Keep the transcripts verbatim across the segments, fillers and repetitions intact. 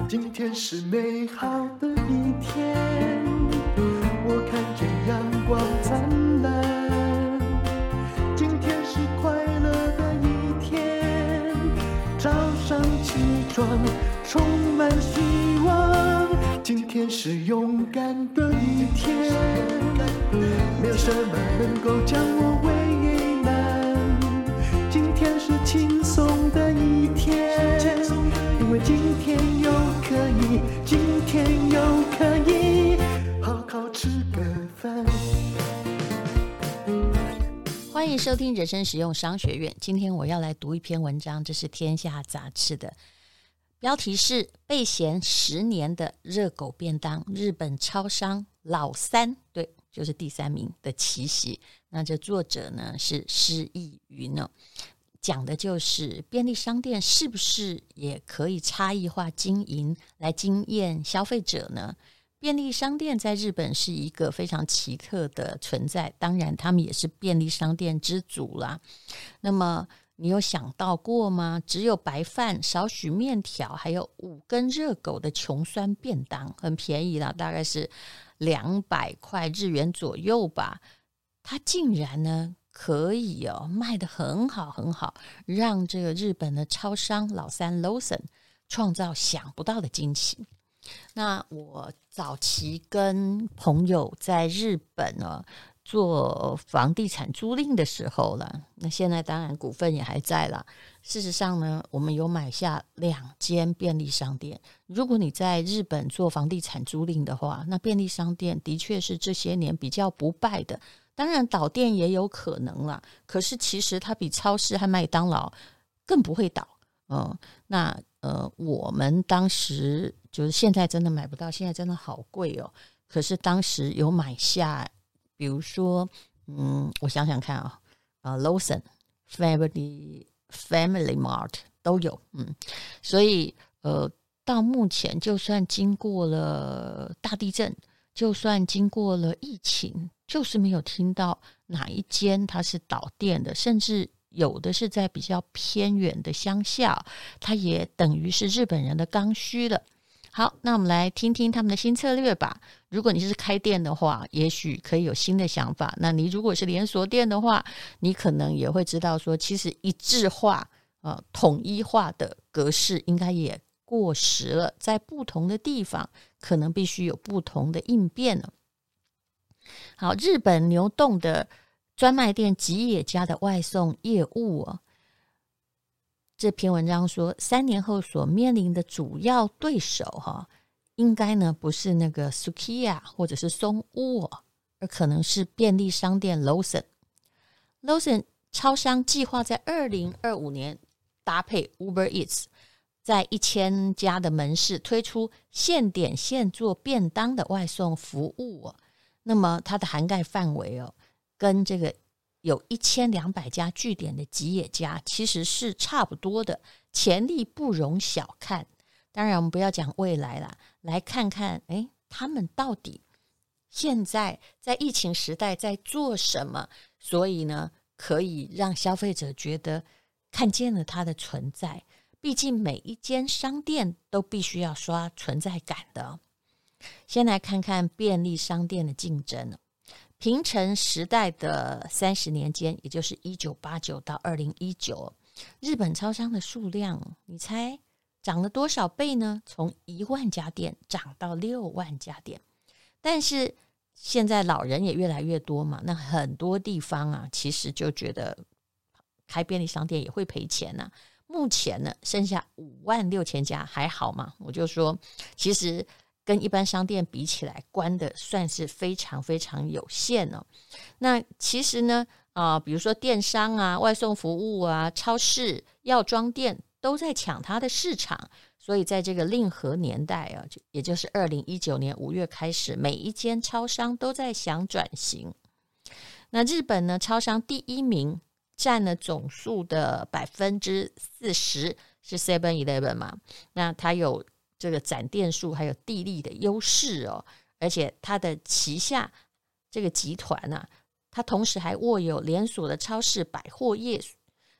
今天是美好的一天，我看见阳光灿烂。今天是快乐的一天，早上起床充满希望。今天是勇敢的一天，没有什么能够将我为难。今天是轻松的一天，因为今天又可以，今天又可以好好吃个饭。 欢迎收听人生实用商学院。今天我要来读一篇文章，这是天下杂志的，标题是被嫌十年的热狗便当，日本超商老三，对，就是第三名的奇袭。那这作者呢是施逸云呢，讲的就是便利商店是不是也可以差异化经营来惊艳消费者呢？便利商店在日本是一个非常奇特的存在，当然他们也是便利商店之祖啦。那么你有想到过吗？只有白饭、少许面条还有五根热狗的穷酸便当，很便宜啦，大概是两百块日元左右吧，它竟然呢可以哦卖得很好很好，让这个日本的超商老三 Lawson 创造想不到的惊喜。那我早期跟朋友在日本呢做房地产租赁的时候了，那现在当然股份也还在了。事实上呢，我们有买下两间便利商店。如果你在日本做房地产租赁的话，那便利商店的确是这些年比较不败的。当然倒店也有可能啦，可是其实它比超市和麦当劳更不会倒。嗯，那呃，我们当时就是现在真的买不到，现在真的好贵哦。可是当时有买下，比如说，嗯，我想想看啊，呃 ，Lawson、Family Family Mart 都有，嗯，所以呃，到目前就算经过了大地震，就算经过了疫情，就是没有听到哪一间它是倒店的，甚至有的是在比较偏远的乡下，它也等于是日本人的刚需了。好，那我们来听听他们的新策略吧。如果你是开店的话，也许可以有新的想法。那你如果是连锁店的话，你可能也会知道说，其实一致化、呃、统一化的格式应该也过时了，在不同的地方可能必须有不同的应变了。好，日本牛洞的专卖店吉野家的外送业务哦，这篇文章说，三年后所面临的主要对手哈、哦，应该呢不是那个 Sukiya 或者是松屋、哦，而可能是便利商店 Lawson。Lawson 超商计划在二零二五年搭配 Uber Eats， 在一千家的门市推出现点现做便当的外送服务、哦。那么它的涵盖范围哦，跟这个有一千两百家据点的吉野家其实是差不多的，潜力不容小看。当然我们不要讲未来啦，来看看诶他们到底现在在疫情时代在做什么，所以呢可以让消费者觉得看见了它的存在。毕竟每一间商店都必须要刷存在感的。先来看看便利商店的竞争。平成时代的三十年间，也就是一九八九到二零一九，日本超商的数量，你猜涨了多少倍呢？从一万家店涨到六万家店。但是现在老人也越来越多嘛，那很多地方啊，其实就觉得开便利商店也会赔钱啊。目前呢，剩下五万六千家，还好嘛？我就说，其实跟一般商店比起来，关的算是非常非常有限哦。那其实呢，啊、呃，比如说电商啊、外送服务啊、超市、药妆店都在抢它的市场。所以在这个令和年代啊，也就是二零一九年五月开始，每一间超商都在想转型。那日本呢，超商第一名占了总数的百分之四十，是 seven eleven 嘛？那它有这个展店数还有地利的优势哦，而且它的旗下这个集团啊，它同时还握有连锁的超市百货业，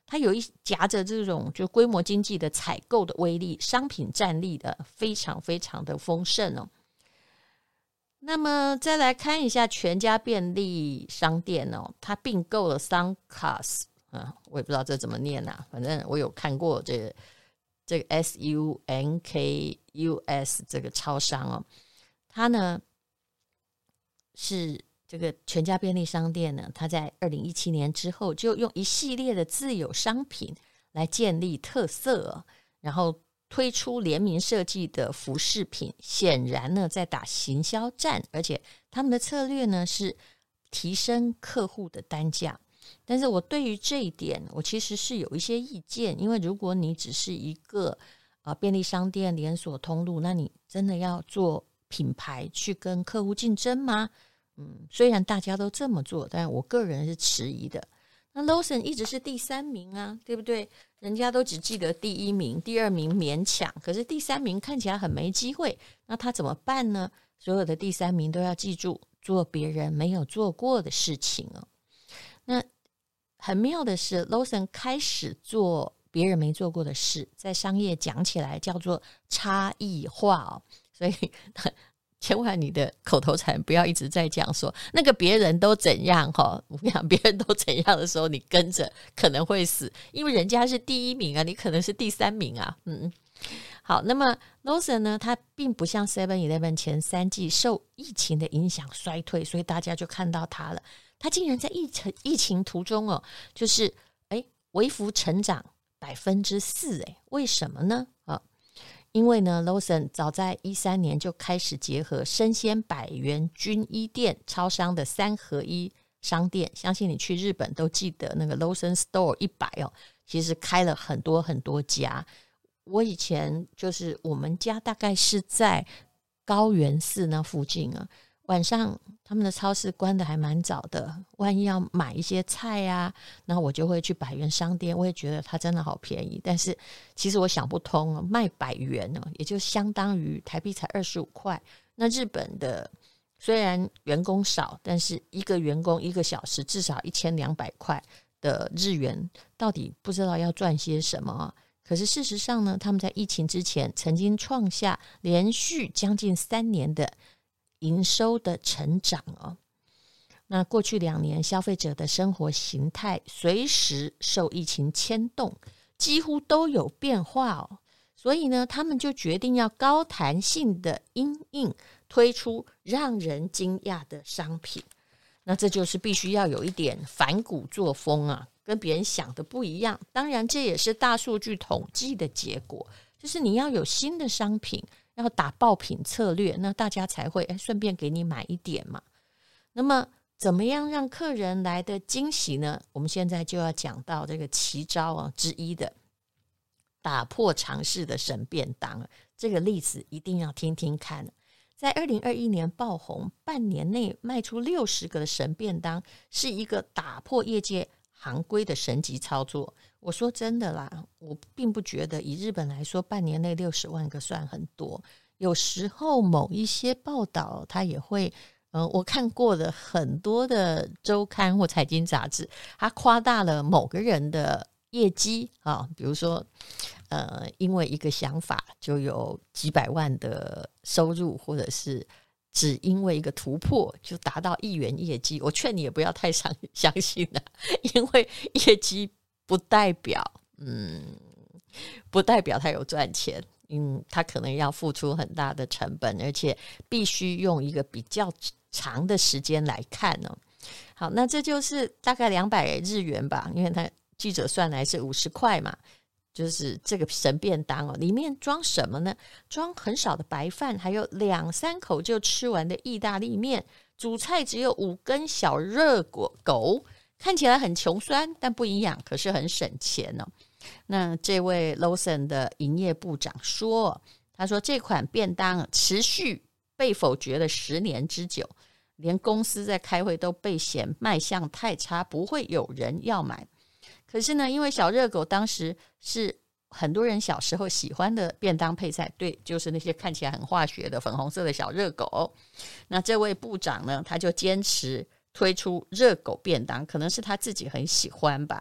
它有一夹着这种就规模经济的采购的威力，商品战力的非常非常的丰盛哦。那么再来看一下全家便利商店哦，它并购了 Sunkus， 啊，我也不知道这怎么念啊，反正我有看过这个这个 S U N K U S 这个超商哦，它呢是这个全家便利商店呢，它在二零一七年之后就用一系列的自有商品来建立特色哦，然后推出联名设计的服饰品，显然呢在打行销战，而且他们的策略呢是提升客户的单价。但是我对于这一点我其实是有一些意见，因为如果你只是一个、呃、便利商店连锁通路，那你真的要做品牌去跟客户竞争吗？嗯，虽然大家都这么做，但我个人是迟疑的。那 Lawson 一直是第三名啊，对不对？人家都只记得第一名，第二名勉强，可是第三名看起来很没机会，那他怎么办呢？所有的第三名都要记住做别人没有做过的事情哦。那很妙的是 Lawson 开始做别人没做过的事，在商业讲起来叫做差异化哦，所以千万你的口头禅不要一直在讲说那个别人都怎样齁，我跟你讲别人都怎样的时候你跟着可能会死，因为人家是第一名啊，你可能是第三名啊。嗯，好，那么 Lawson 呢，它并不像 seven eleven 前三季受疫情的影响衰退，所以大家就看到它了，它竟然在疫情疫情途中哦，就是哎微幅成长百分之四，哎，为什么呢？啊，因为呢 Lawson 早在一三年就开始结合生鲜百元均一店超商的三合一商店，相信你去日本都记得那个 Lawson Store 一百哦，其实开了很多很多家。我以前就是我们家大概是在高原寺那附近啊，晚上他们的超市关得还蛮早的，万一要买一些菜啊，那我就会去百元商店，我也觉得它真的好便宜。但是其实我想不通、啊、卖百元、啊、也就相当于台币才二十五块。那日本的虽然员工少，但是一个员工一个小时至少一千两百块的日元，到底不知道要赚些什么啊。可是事实上呢，他们在疫情之前曾经创下连续将近三年的营收的成长哦。那过去两年消费者的生活形态随时受疫情牵动，几乎都有变化哦。所以呢，他们就决定要高弹性的因应推出让人惊讶的商品。那这就是必须要有一点反骨作风啊，跟别人想的不一样。当然这也是大数据统计的结果，就是你要有新的商品，要打爆品策略，那大家才会顺便给你买一点嘛。那么怎么样让客人来的惊喜呢？我们现在就要讲到这个奇招、啊、之一的打破常识的神便当，这个例子一定要听听看。在二零二一年爆红，半年内卖出六十个的神便当，是一个打破业界行规的神级操作。我说真的啦，我并不觉得以日本来说，半年内六十万个算很多。有时候某一些报道，它也会，呃，我看过的很多的周刊或财经杂志，它夸大了某个人的业绩啊，比如说。呃，因为一个想法就有几百万的收入，或者是只因为一个突破就达到亿元业绩，我劝你也不要太相相信了，因为业绩不代表，嗯，不代表他有赚钱，嗯，他可能要付出很大的成本，而且必须用一个比较长的时间来看呢、哦。好，那这就是大概两百日元吧，因为他记者算来是五十块嘛。就是这个神便当哦，里面装什么呢？装很少的白饭，还有两三口就吃完的意大利面，主菜只有五根小热狗，看起来很穷酸，但不营养，可是很省钱哦。那这位 Lawson 的营业部长说，他说这款便当持续被否决了十年之久，连公司在开会都被嫌卖相太差，不会有人要买。可是呢，因为小热狗当时是很多人小时候喜欢的便当配菜，对，就是那些看起来很化学的粉红色的小热狗。那这位部长呢，他就坚持推出热狗便当，可能是他自己很喜欢吧。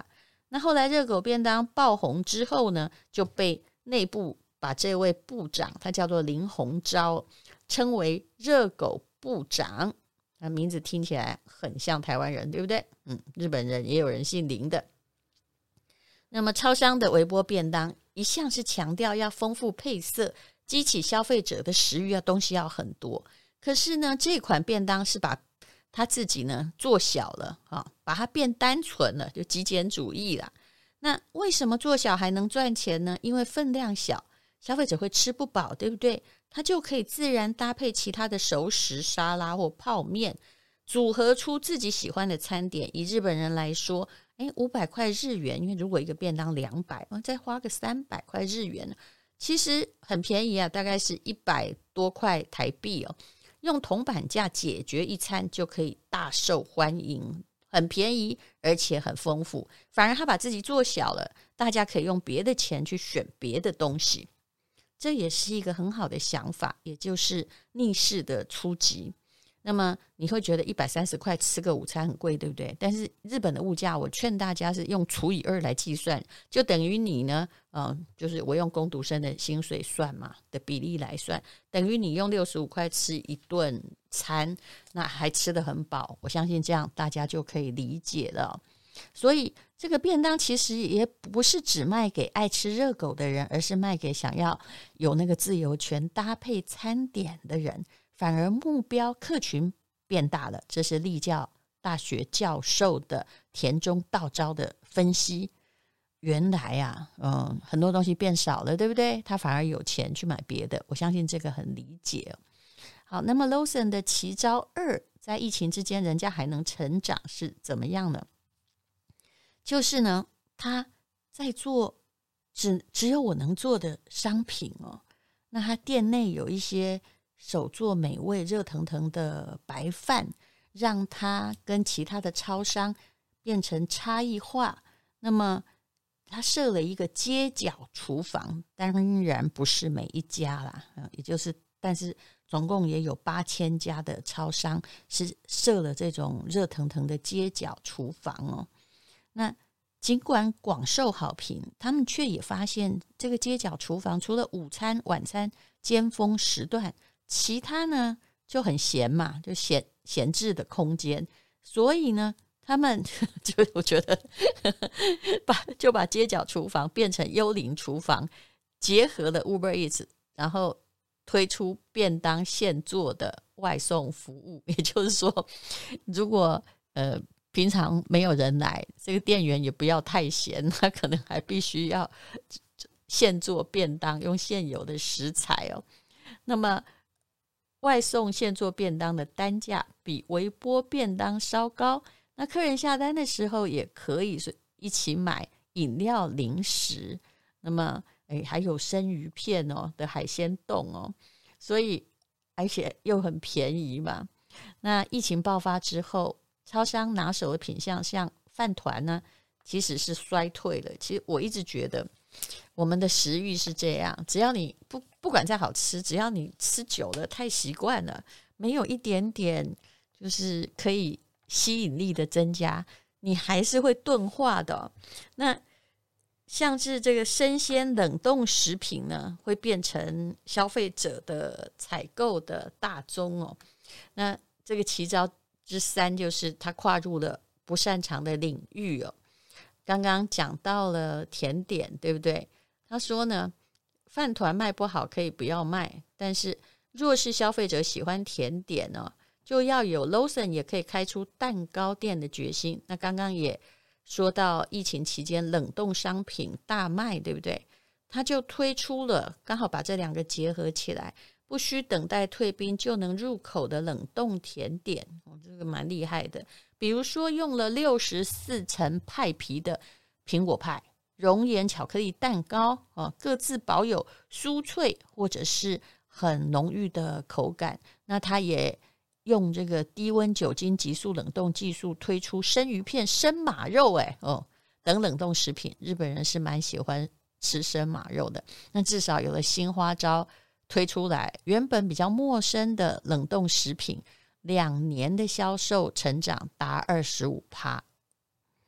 那后来热狗便当爆红之后呢，就被内部把这位部长，他叫做林鸿昭，称为热狗部长。那名字听起来很像台湾人，对不对？嗯，日本人也有人姓林的。那么超商的微波便当一向是强调要丰富配色，激起消费者的食欲，要东西要很多。可是呢，这款便当是把他自己呢做小了、哦、把它变单纯了，就极简主义啦。那为什么做小还能赚钱呢？因为分量小，消费者会吃不饱，对不对？它就可以自然搭配其他的熟食、沙拉或泡面，组合出自己喜欢的餐点。以日本人来说，诶五百块日元，因为如果一个便当两百，再花个三百块日元，其实很便宜啊，大概是一百多块台币哦。用铜板价解决一餐就可以大受欢迎，很便宜而且很丰富。反而他把自己做小了，大家可以用别的钱去选别的东西，这也是一个很好的想法，也就是逆势的出击。那么你会觉得一百三十块吃个午餐很贵，对不对？但是日本的物价，我劝大家是用除以二来计算，就等于你呢，呃，就是我用工读生的薪水算嘛的比例来算，等于你用六十五块吃一顿餐，那还吃得很饱。我相信这样大家就可以理解了。所以这个便当其实也不是只卖给爱吃热狗的人，而是卖给想要有那个自由权搭配餐点的人，反而目标客群变大了。这是立教大学教授的田中道昭的分析。原来啊，嗯，很多东西变少了，对不对？他反而有钱去买别的，我相信这个很理解。好，那么 Lawson 的奇招二，在疫情之间人家还能成长是怎么样呢？就是呢，他在做只只有我能做的商品哦。那他店内有一些手做美味热腾腾的白饭，让它跟其他的超商变成差异化。那么他设了一个街角厨房，当然不是每一家啦，也就是但是总共也有八千家的超商是设了这种热腾腾的街角厨房哦。那尽管广受好评，他们却也发现这个街角厨房除了午餐、晚餐尖峰时段，其他呢就很闲嘛，就闲闲置的空间，所以呢，他们就我觉得把就把街角厨房变成幽灵厨房，结合了 Uber Eats， 然后推出便当现做的外送服务。也就是说，如果呃平常没有人来，这个店员也不要太闲，他可能还必须要现做便当，用现有的食材哦。那么外送现做便当的单价比微波便当稍高，那客人下单的时候也可以一起买饮料零食，那么诶还有生鱼片哦的海鲜冻哦，所以而且又很便宜嘛。那疫情爆发之后，超商拿手的品项像饭团呢，其实是衰退了。其实我一直觉得我们的食欲是这样，只要你不不管再好吃，只要你吃久了太习惯了，没有一点点就是可以吸引力的增加，你还是会钝化的哦。那像是这个生鲜冷冻食品呢，会变成消费者的采购的大宗哦。那这个奇招之三就是他跨入了不擅长的领域哦。刚刚讲到了甜点，对不对？他说呢，饭团卖不好可以不要卖，但是若是消费者喜欢甜点呢、哦，就要有 Lawson 也可以开出蛋糕店的决心。那刚刚也说到疫情期间冷冻商品大卖，对不对？他就推出了刚好把这两个结合起来，不需等待退冰就能入口的冷冻甜点、哦、这个蛮厉害的。比如说用了六十四层派皮的苹果派、熔岩巧克力蛋糕、哦、各自保有酥脆或者是很浓郁的口感。那它也用这个低温酒精急速冷冻技术推出生鱼片、生马肉诶、哦、等冷冻食品。日本人是蛮喜欢吃生马肉的，那至少有了新花招推出来，原本比较陌生的冷冻食品两年的销售成长达 百分之二十五。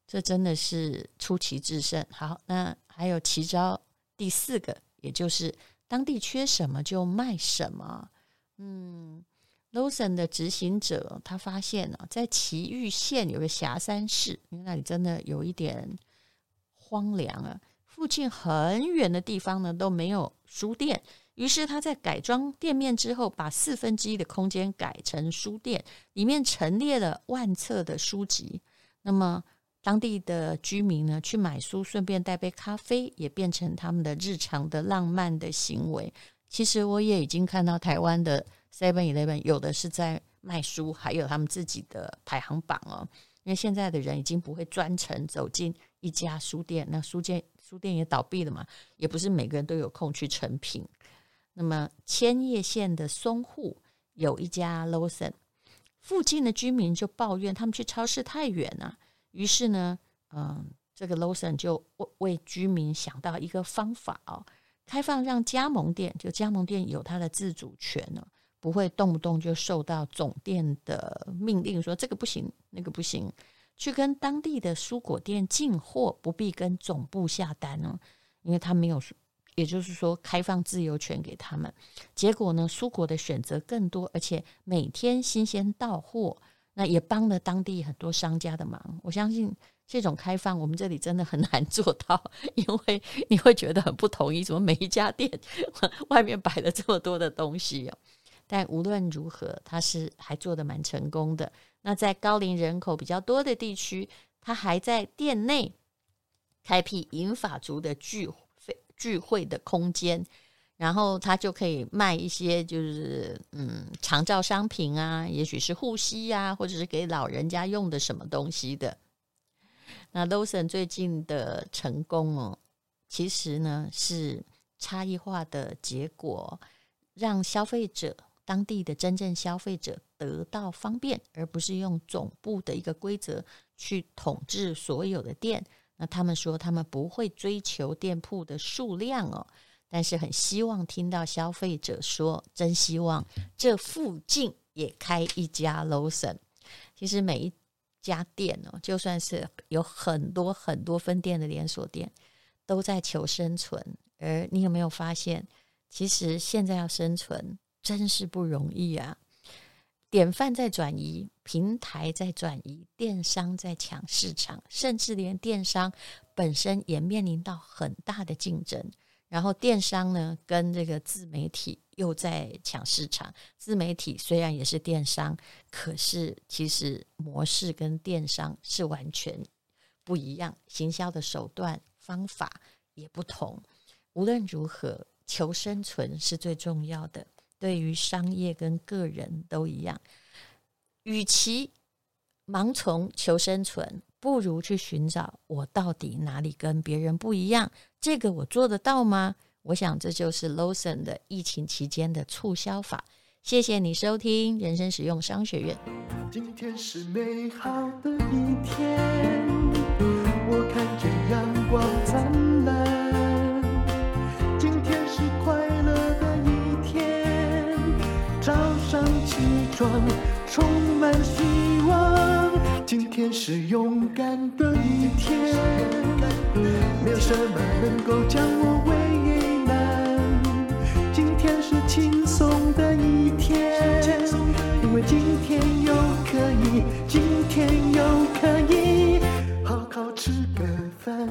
这真的是出奇制胜。好，那还有奇招第四个，也就是当地缺什么就卖什么。嗯 Lawson 的执行者他发现、啊、在崎玉县有个霞山市，因为那里真的有一点荒凉啊，附近很远的地方呢都没有书店，于是他在改装店面之后，把四分之一的空间改成书店，里面陈列了万册的书籍。那么当地的居民呢，去买书顺便带杯咖啡，也变成他们的日常的浪漫的行为。其实我也已经看到台湾的 seven eleven 有的是在卖书，还有他们自己的排行榜哦。因为现在的人已经不会专程走进一家书店，那书店书店也倒闭了嘛，也不是每个人都有空去成品。那么千叶县的松户有一家 Lawson， 附近的居民就抱怨他们去超市太远了，于是呢，嗯，这个 Lawson 就为居民想到一个方法哦，开放让加盟店，就加盟店有它的自主权呢、哦，不会动不动就受到总店的命令说这个不行那个不行，去跟当地的蔬果店进货，不必跟总部下单哦，因为他没有，也就是说开放自由权给他们。结果呢，蔬果的选择更多，而且每天新鲜到货，那也帮了当地很多商家的忙。我相信这种开放我们这里真的很难做到，因为你会觉得很不同意，怎么每一家店外面摆了这么多的东西哦。但无论如何，他是还做得蛮成功的。那在高龄人口比较多的地区，他还在店内开辟银发族的聚会聚会的空间，然后他就可以卖一些就是嗯长照商品啊，也许是护膝啊，或者是给老人家用的什么东西的。那 Lawson 最近的成功哦，其实呢是差异化的结果，让消费者当地的真正消费者得到方便，而不是用总部的一个规则去统治所有的店。那他们说他们不会追求店铺的数量哦，但是很希望听到消费者说真希望这附近也开一家 Lawson。 其实每一家店哦，就算是有很多很多分店的连锁店都在求生存，而你有没有发现其实现在要生存真是不容易啊！典范在转移，平台在转移，电商在抢市场，甚至连电商本身也面临到很大的竞争。然后电商呢，跟这个自媒体又在抢市场。自媒体虽然也是电商，可是其实模式跟电商是完全不一样，行销的手段方法也不同。无论如何，求生存是最重要的，对于商业跟个人都一样。与其盲从求生存，不如去寻找我到底哪里跟别人不一样，这个我做得到吗？我想这就是 Lawson 的疫情期间的促销法。谢谢你收听人生实用商学院。 今天是美好的一天，我看见阳光灿烂。今天是快乐的一天，早上起床充满希望。今天是勇敢的一天，没有什么能够将我为难。今天是轻松的一天，因为今天又可以，今天又可以好好吃个饭，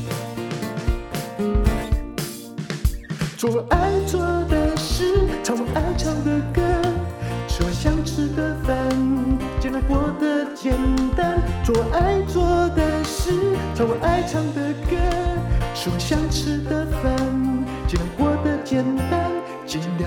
做我爱做的事，唱我爱唱的歌，吃我想吃的饭，尽量过得简单。做我爱做的事，唱我爱唱的歌，吃我想吃的饭，尽量过得简单，尽量